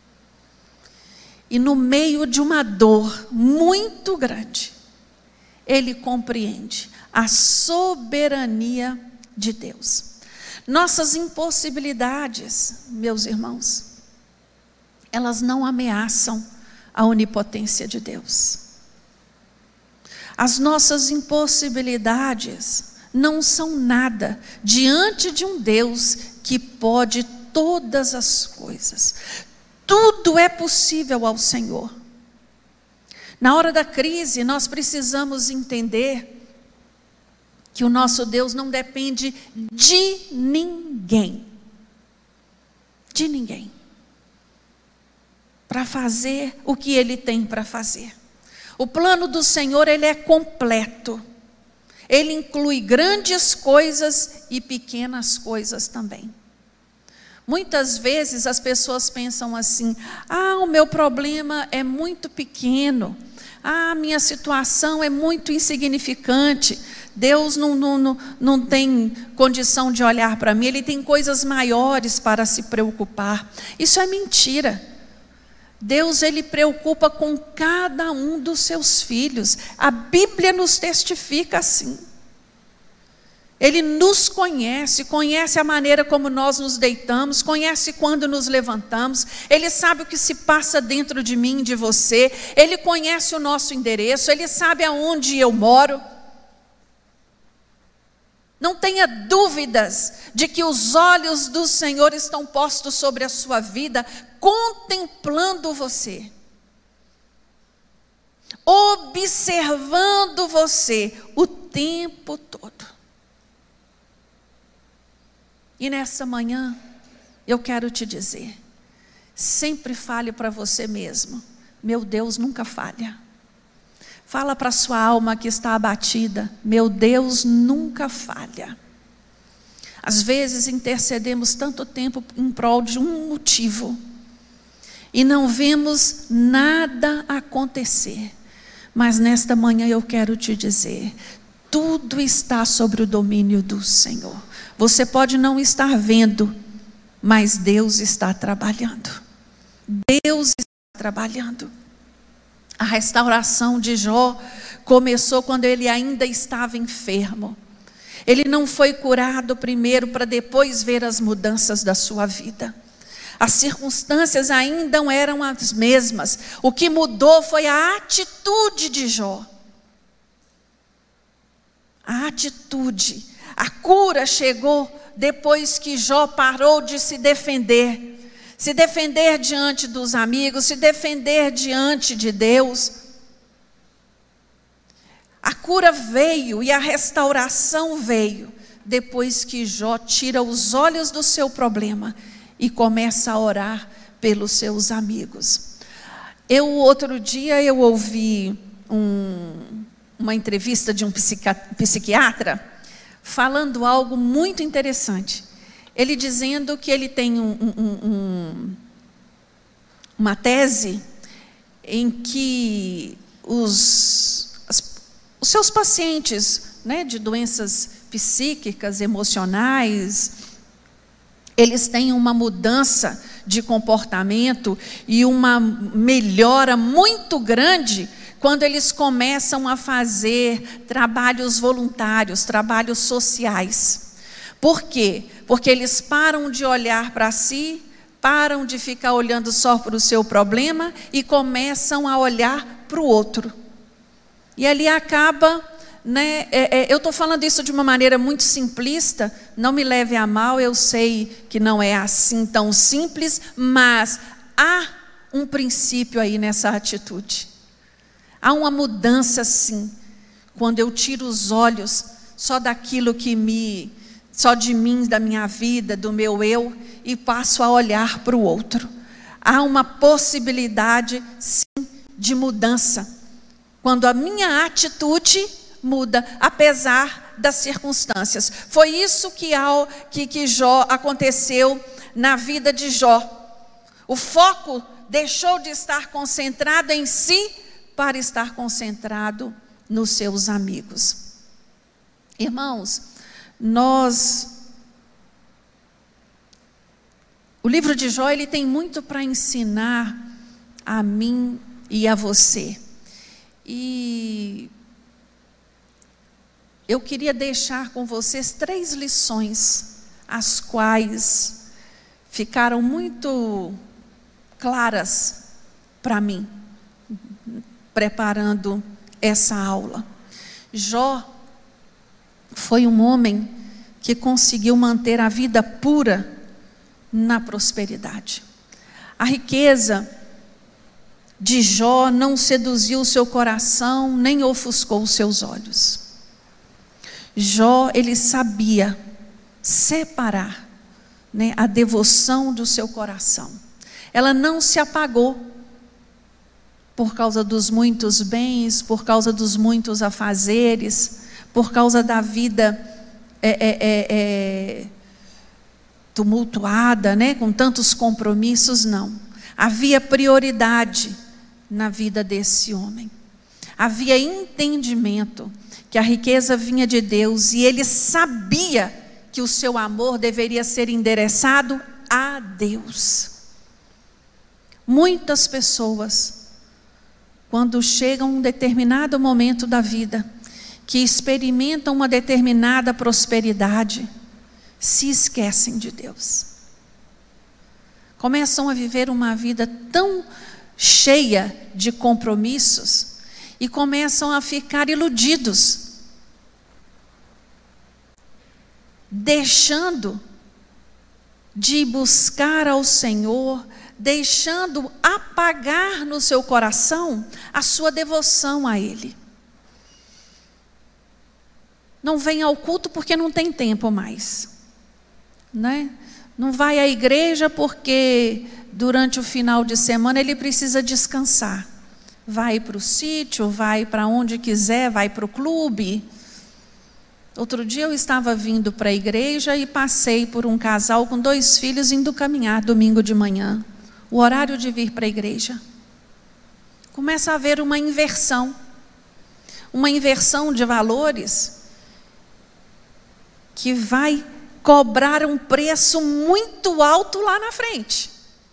E no meio de uma dor muito grande, ele compreende a soberania de Deus. Nossas impossibilidades, meus irmãos, elas não ameaçam a onipotência de Deus. As nossas impossibilidades não são nada diante de um Deus que pode todas as coisas. Tudo é possível ao Senhor. Na hora da crise, nós precisamos entender que o nosso Deus não depende de ninguém. De ninguém. Para fazer o que Ele tem para fazer. O plano do Senhor, ele é completo. Ele inclui grandes coisas e pequenas coisas também. Muitas vezes as pessoas pensam assim: ah, o meu problema é muito pequeno, ah, a minha situação é muito insignificante, Deus não, não, não, não tem condição de olhar para mim, Ele tem coisas maiores para se preocupar. Isso é mentira. Deus, Ele preocupa com cada um dos seus filhos. A Bíblia nos testifica assim. Ele nos conhece, conhece a maneira como nós nos deitamos, conhece quando nos levantamos. Ele sabe o que se passa dentro de mim e de você. Ele conhece o nosso endereço, Ele sabe aonde eu moro. Não tenha dúvidas de que os olhos do Senhor estão postos sobre a sua vida, contemplando você, observando você o tempo todo. E nessa manhã, eu quero te dizer, sempre fale para você mesmo: meu Deus nunca falha. Fala para a sua alma que está abatida: meu Deus nunca falha. Às vezes intercedemos tanto tempo em prol de um motivo, e não vemos nada acontecer. Mas nesta manhã eu quero te dizer, tudo está sobre o domínio do Senhor. Você pode não estar vendo, mas Deus está trabalhando. Deus está trabalhando. A restauração de Jó começou quando ele ainda estava enfermo. Ele não foi curado primeiro para depois ver as mudanças da sua vida. As circunstâncias ainda eram as mesmas. O que mudou foi a atitude de Jó. A atitude. A cura chegou depois que Jó parou de se defender. Se defender diante dos amigos, se defender diante de Deus. A cura veio e a restauração veio depois que Jó tira os olhos do seu problema e começa a orar pelos seus amigos. Eu, outro dia, eu ouvi um, uma entrevista de um psiquiatra falando algo muito interessante. Ele dizendo que ele tem um, um, um, uma tese em que os, as, os seus pacientes, né, de doenças psíquicas, emocionais, eles têm uma mudança de comportamento e uma melhora muito grande quando eles começam a fazer trabalhos voluntários, trabalhos sociais. Por quê? Porque eles param de olhar para si, param de ficar olhando só para o seu problema e começam a olhar para o outro. E ali acaba né, é, é, eu estou falando isso de uma maneira muito simplista, não me leve a mal, eu sei que não é assim tão simples, mas há um princípio aí nessa atitude. Há uma mudança sim, quando eu tiro os olhos só daquilo que me, só de mim, da minha vida, do meu eu, e passo a olhar para o outro. Há uma possibilidade sim de mudança, quando a minha atitude muda, apesar das circunstâncias. Foi isso que, ao, que, que Jó aconteceu na vida de Jó. O foco deixou de estar concentrado em si para estar concentrado nos seus amigos. Irmãos, nós... O livro de Jó, ele tem muito para ensinar a mim e a você. E eu queria deixar com vocês três lições, as quais ficaram muito claras para mim, preparando essa aula. Jó foi um homem que conseguiu manter a vida pura na prosperidade. A riqueza de Jó não seduziu o seu coração, nem ofuscou os seus olhos. Jó, ele sabia separar, né, a devoção do seu coração. Ela não se apagou por causa dos muitos bens, por causa dos muitos afazeres, por causa da vida é, é, é, é, tumultuada, né, com tantos compromissos, não. Havia prioridade na vida desse homem. Havia entendimento que a riqueza vinha de Deus e ele sabia que o seu amor deveria ser endereçado a Deus. Muitas pessoas, quando chegam a um determinado momento da vida, que experimentam uma determinada prosperidade, se esquecem de Deus. Começam a viver uma vida tão cheia de compromissos e começam a ficar iludidos, deixando de buscar ao Senhor, deixando apagar no seu coração a sua devoção a Ele. Não vem ao culto porque não tem tempo mais, né? Não vai à igreja porque durante o final de semana ele precisa descansar. Vai para o sítio, vai para onde quiser, vai para o clube. Outro dia eu estava vindo para a igreja e passei por um casal com dois filhos indo caminhar domingo de manhã. O horário de vir para a igreja. Começa a haver uma inversão. Uma inversão de valores que vai cobrar um preço muito alto lá na frente.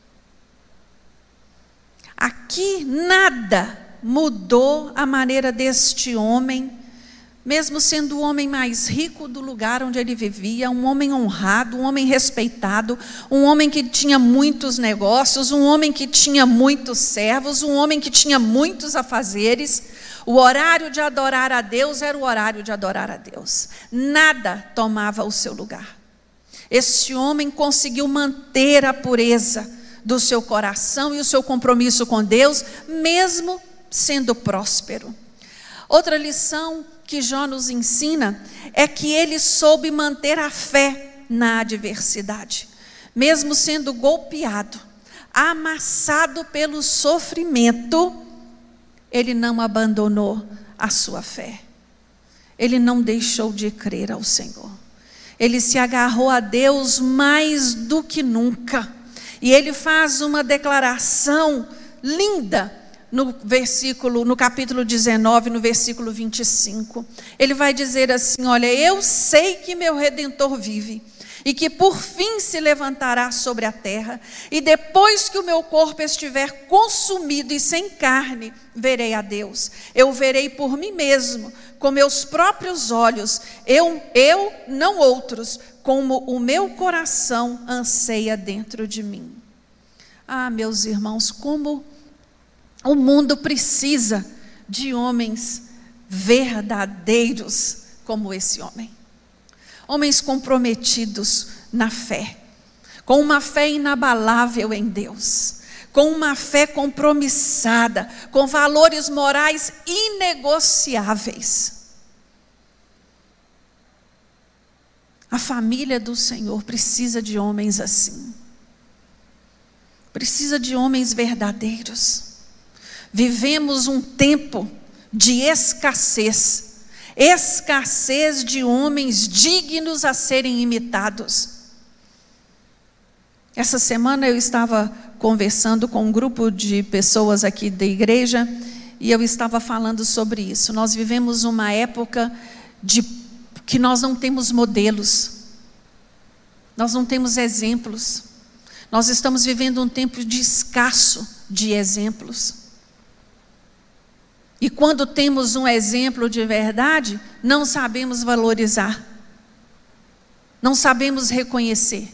Aqui nada mudou a maneira deste homem, mesmo sendo o homem mais rico do lugar onde ele vivia, um homem honrado, um homem respeitado, um homem que tinha muitos negócios, um homem que tinha muitos servos, um homem que tinha muitos afazeres. O horário de adorar a Deus era o horário de adorar a Deus. Nada tomava o seu lugar. Este homem conseguiu manter a pureza do seu coração e o seu compromisso com Deus, mesmo sendo próspero. Outra lição que Jó nos ensina é que ele soube manter a fé na adversidade, mesmo sendo golpeado, amassado pelo sofrimento, ele não abandonou a sua fé. Ele não deixou de crer ao Senhor. Ele se agarrou a Deus mais do que nunca. E ele faz uma declaração linda no versículo, no capítulo dezenove, no versículo vinte e cinco. Ele vai dizer assim: olha, eu sei que meu Redentor vive, e que por fim se levantará sobre a terra, e depois que o meu corpo estiver consumido e sem carne, verei a Deus. Eu verei por mim mesmo, com meus próprios olhos, eu, eu não outros, como o meu coração anseia dentro de mim. Ah, meus irmãos, como o mundo precisa de homens verdadeiros como esse homem. Homens comprometidos na fé, com uma fé inabalável em Deus, com uma fé compromissada, com valores morais inegociáveis. A família do Senhor precisa de homens assim. Precisa de homens verdadeiros. Vivemos um tempo de escassez. Escassez de homens dignos a serem imitados. Essa semana eu estava conversando com um grupo de pessoas aqui da igreja e eu estava falando sobre isso. Nós vivemos uma época de que nós não temos modelos, nós não temos exemplos, nós estamos vivendo um tempo de escasso de exemplos. E quando temos um exemplo de verdade, não sabemos valorizar, não sabemos reconhecer.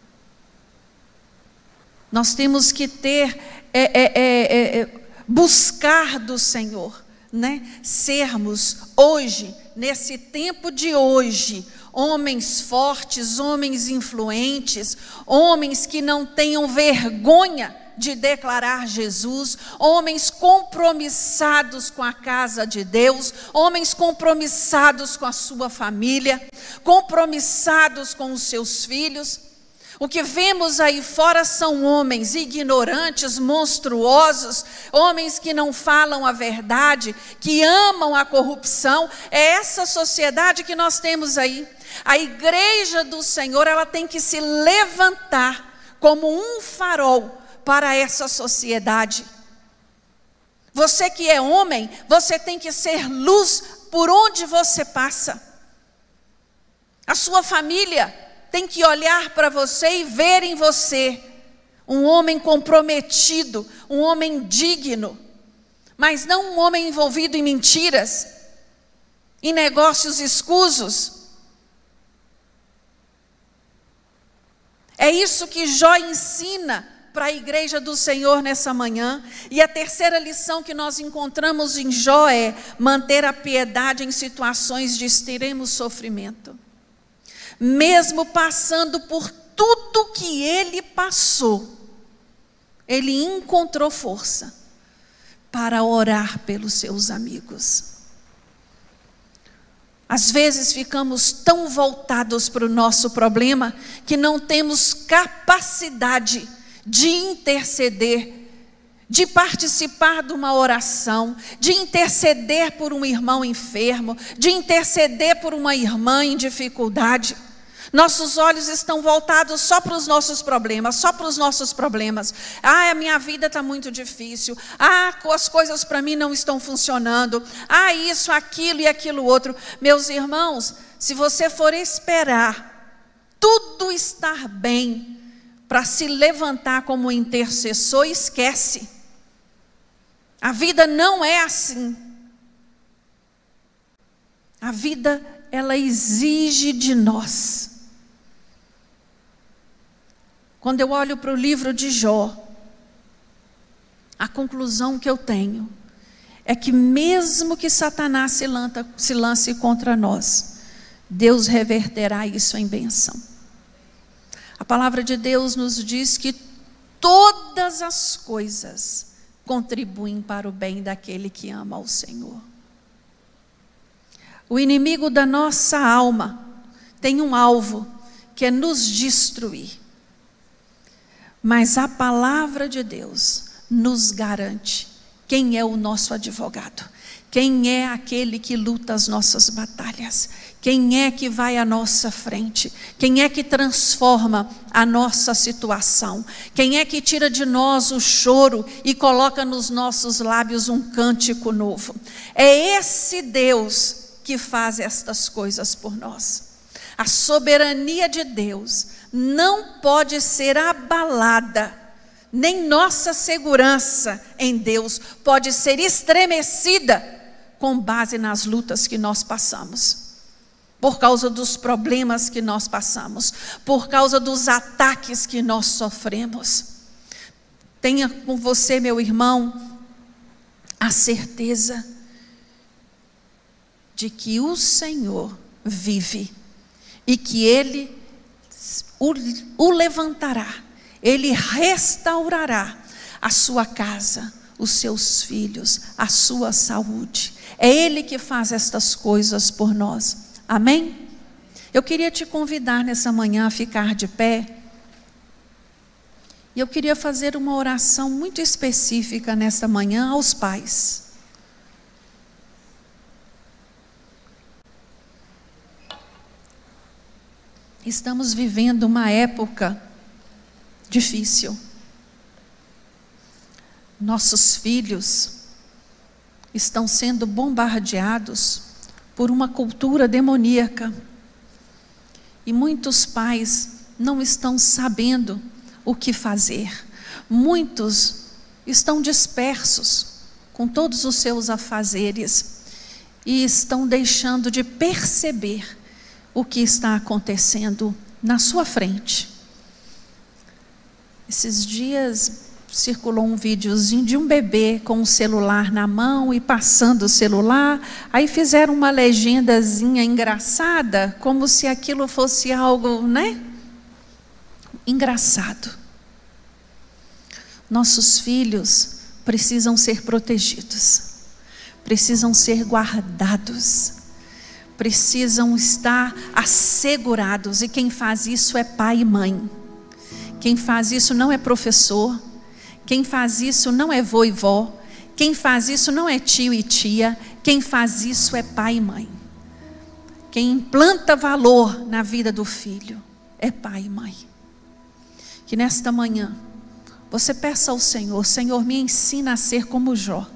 Nós temos que ter, é, é, é, é, buscar do Senhor, né? Sermos hoje, nesse tempo de hoje, homens fortes, homens influentes, homens que não tenham vergonha de declarar Jesus, homens compromissados com a casa de Deus, homens compromissados com a sua família, compromissados com os seus filhos. O que vemos aí fora são homens ignorantes, monstruosos, homens que não falam a verdade, que amam a corrupção. É essa sociedade que nós temos aí. A igreja do Senhor, ela tem que se levantar como um farol para essa sociedade. Você que é homem, você tem que ser luz por onde você passa. A sua família tem que olhar para você e ver em você um homem comprometido, um homem digno, mas não um homem envolvido em mentiras, em negócios escusos. É isso que Jó ensina para a igreja do Senhor nessa manhã. E a terceira lição que nós encontramos em Jó é manter a piedade em situações de extremo sofrimento. Mesmo passando por tudo que ele passou, ele encontrou força para orar pelos seus amigos. Às vezes ficamos tão voltados para o nosso problema que não temos capacidade de interceder, de participar de uma oração, de interceder por um irmão enfermo, de interceder por uma irmã em dificuldade. Nossos olhos estão voltados só para os nossos problemas, só para os nossos problemas. Ah, a minha vida está muito difícil. Ah, as coisas para mim não estão funcionando. Ah, isso, aquilo e aquilo outro. Meus irmãos, se você for esperar tudo estar bem para se levantar como intercessor, esquece. A vida não é assim. A vida, ela exige de nós. Quando eu olho para o livro de Jó, a conclusão que eu tenho é que mesmo que Satanás se, lanta, se lance contra nós, Deus reverterá isso em bênção. A palavra de Deus nos diz que todas as coisas contribuem para o bem daquele que ama ao Senhor. O inimigo da nossa alma tem um alvo, que é nos destruir. Mas a palavra de Deus nos garante quem é o nosso advogado, quem é aquele que luta as nossas batalhas, quem é que vai à nossa frente, quem é que transforma a nossa situação, quem é que tira de nós o choro e coloca nos nossos lábios um cântico novo. É esse Deus que faz estas coisas por nós. A soberania de Deus não pode ser abalada, nem nossa segurança em Deus pode ser estremecida com base nas lutas que nós passamos, por causa dos problemas que nós passamos, por causa dos ataques que nós sofremos. Tenha com você, meu irmão, a certeza de que o Senhor vive e que Ele o, o levantará, Ele restaurará a sua casa, os seus filhos, a sua saúde. É Ele que faz estas coisas por nós. Amém? Eu queria te convidar nessa manhã a ficar de pé. E eu queria fazer uma oração muito específica nesta manhã aos pais. Estamos vivendo uma época difícil. Nossos filhos estão sendo bombardeados por uma cultura demoníaca. E muitos pais não estão sabendo o que fazer. Muitos estão dispersos com todos os seus afazeres e estão deixando de perceber o que está acontecendo na sua frente. Esses dias circulou um videozinho de um bebê com um celular na mão e passando o celular, aí fizeram uma legendazinha engraçada, como se aquilo fosse algo, né? Engraçado. Nossos filhos precisam ser protegidos, precisam ser guardados, precisam estar assegurados, e quem faz isso é pai e mãe. Quem faz isso não é professor, quem faz isso não é vô e vó, quem faz isso não é tio e tia, quem faz isso é pai e mãe. Quem implanta valor na vida do filho é pai e mãe. Que nesta manhã você peça ao Senhor: Senhor, me ensina a ser como Jó,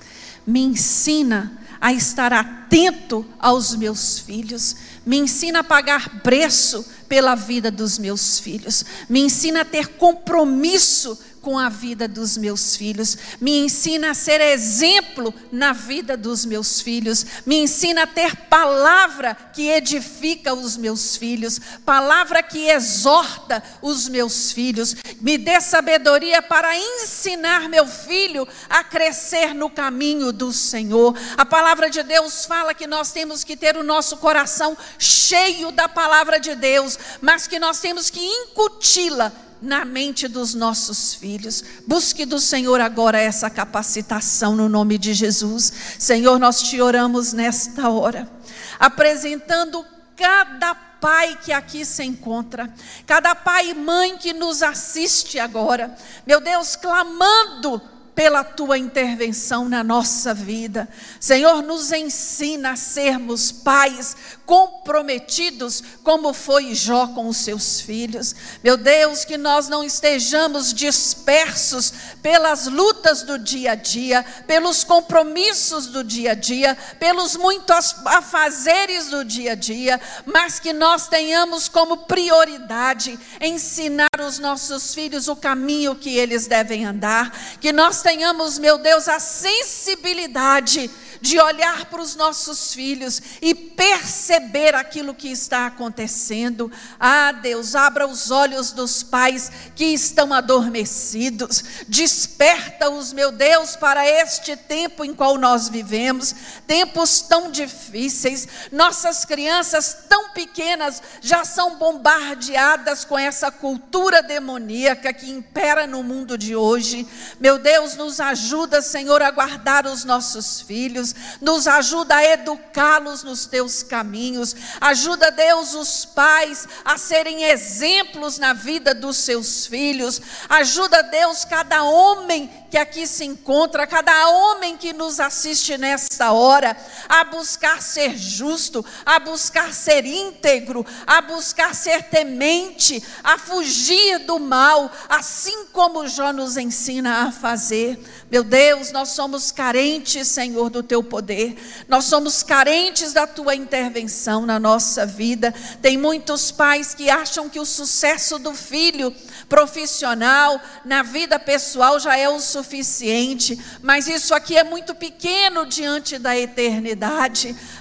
me ensina a estar atento aos meus filhos, me ensina a pagar preço pela vida dos meus filhos, me ensina a ter compromisso com a vida dos meus filhos, me ensina a ser exemplo na vida dos meus filhos, me ensina a ter palavra que edifica os meus filhos, palavra que exorta os meus filhos, me dê sabedoria para ensinar meu filho a crescer no caminho do Senhor. A palavra de Deus fala que nós temos que ter o nosso coração cheio da palavra de Deus, mas que nós temos que incuti-la na mente dos nossos filhos. Busque do Senhor agora essa capacitação no nome de Jesus. Senhor, nós te oramos nesta hora, apresentando cada pai que aqui se encontra, cada pai e mãe que nos assiste agora, meu Deus, clamando pela tua intervenção na nossa vida. Senhor, nos ensina a sermos pais comprometidos, como foi Jó com os seus filhos. Meu Deus, que nós não estejamos dispersos pelas lutas do dia a dia, pelos compromissos do dia a dia, pelos muitos afazeres do dia a dia, mas que nós tenhamos como prioridade ensinar os nossos filhos o caminho que eles devem andar, que nós tenhamos, meu Deus, a sensibilidade de olhar para os nossos filhos e perceber aquilo que está acontecendo. Ah, Deus, abra os olhos dos pais que estão adormecidos, desperta-os, meu Deus, para este tempo em qual nós vivemos, tempos tão difíceis. Nossas crianças tão pequenas já são bombardeadas com essa cultura demoníaca que impera no mundo de hoje. Meu Deus, nos ajuda, Senhor, a guardar os nossos filhos, nos ajuda a educá-los nos teus caminhos, ajuda, Deus, os pais a serem exemplos na vida dos seus filhos, ajuda, Deus, cada homem que aqui se encontra, cada homem que nos assiste nesta hora, a buscar ser justo, a buscar ser íntegro, a buscar ser temente, a fugir do mal, assim como Jó nos ensina a fazer. Meu Deus, nós somos carentes, Senhor, do teu poder, nós somos carentes da tua intervenção na nossa vida. Tem muitos pais que acham que o sucesso do filho profissional, na vida pessoal já é o suficiente, mas isso aqui é muito pequeno diante da eternidade.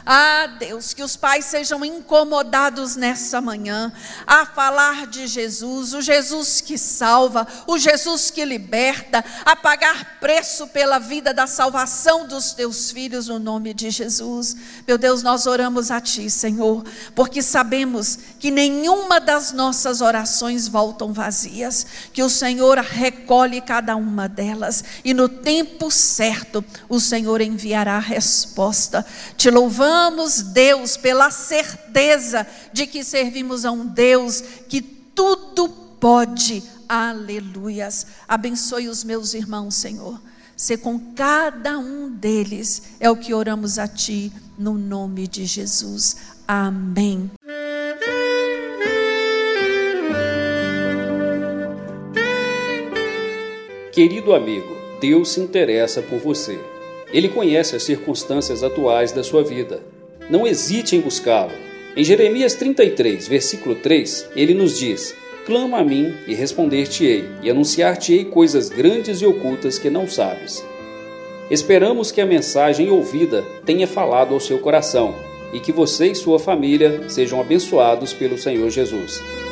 Ah, Deus, que os pais sejam incomodados nessa manhã a falar de Jesus, o Jesus que salva, o Jesus que liberta, a pagar preço pela vida da salvação dos teus filhos no nome de Jesus. Meu Deus, nós oramos a Ti, Senhor, porque sabemos que nenhuma das nossas orações voltam vazias, que o Senhor recolhe cada uma delas e no tempo certo o Senhor enviará a resposta. Te louvamos, Deus, pela certeza de que servimos a um Deus que tudo pode. Aleluias. Abençoe os meus irmãos, Senhor. Ser com cada um deles é o que oramos a Ti no nome de Jesus. Amém. Querido amigo, Deus se interessa por você. Ele conhece as circunstâncias atuais da sua vida. Não hesite em buscá-lo. Em Jeremias trinta e três, versículo três, ele nos diz: clama a mim e responder-te-ei, e anunciar-te-ei coisas grandes e ocultas que não sabes. Esperamos que a mensagem ouvida tenha falado ao seu coração e que você e sua família sejam abençoados pelo Senhor Jesus.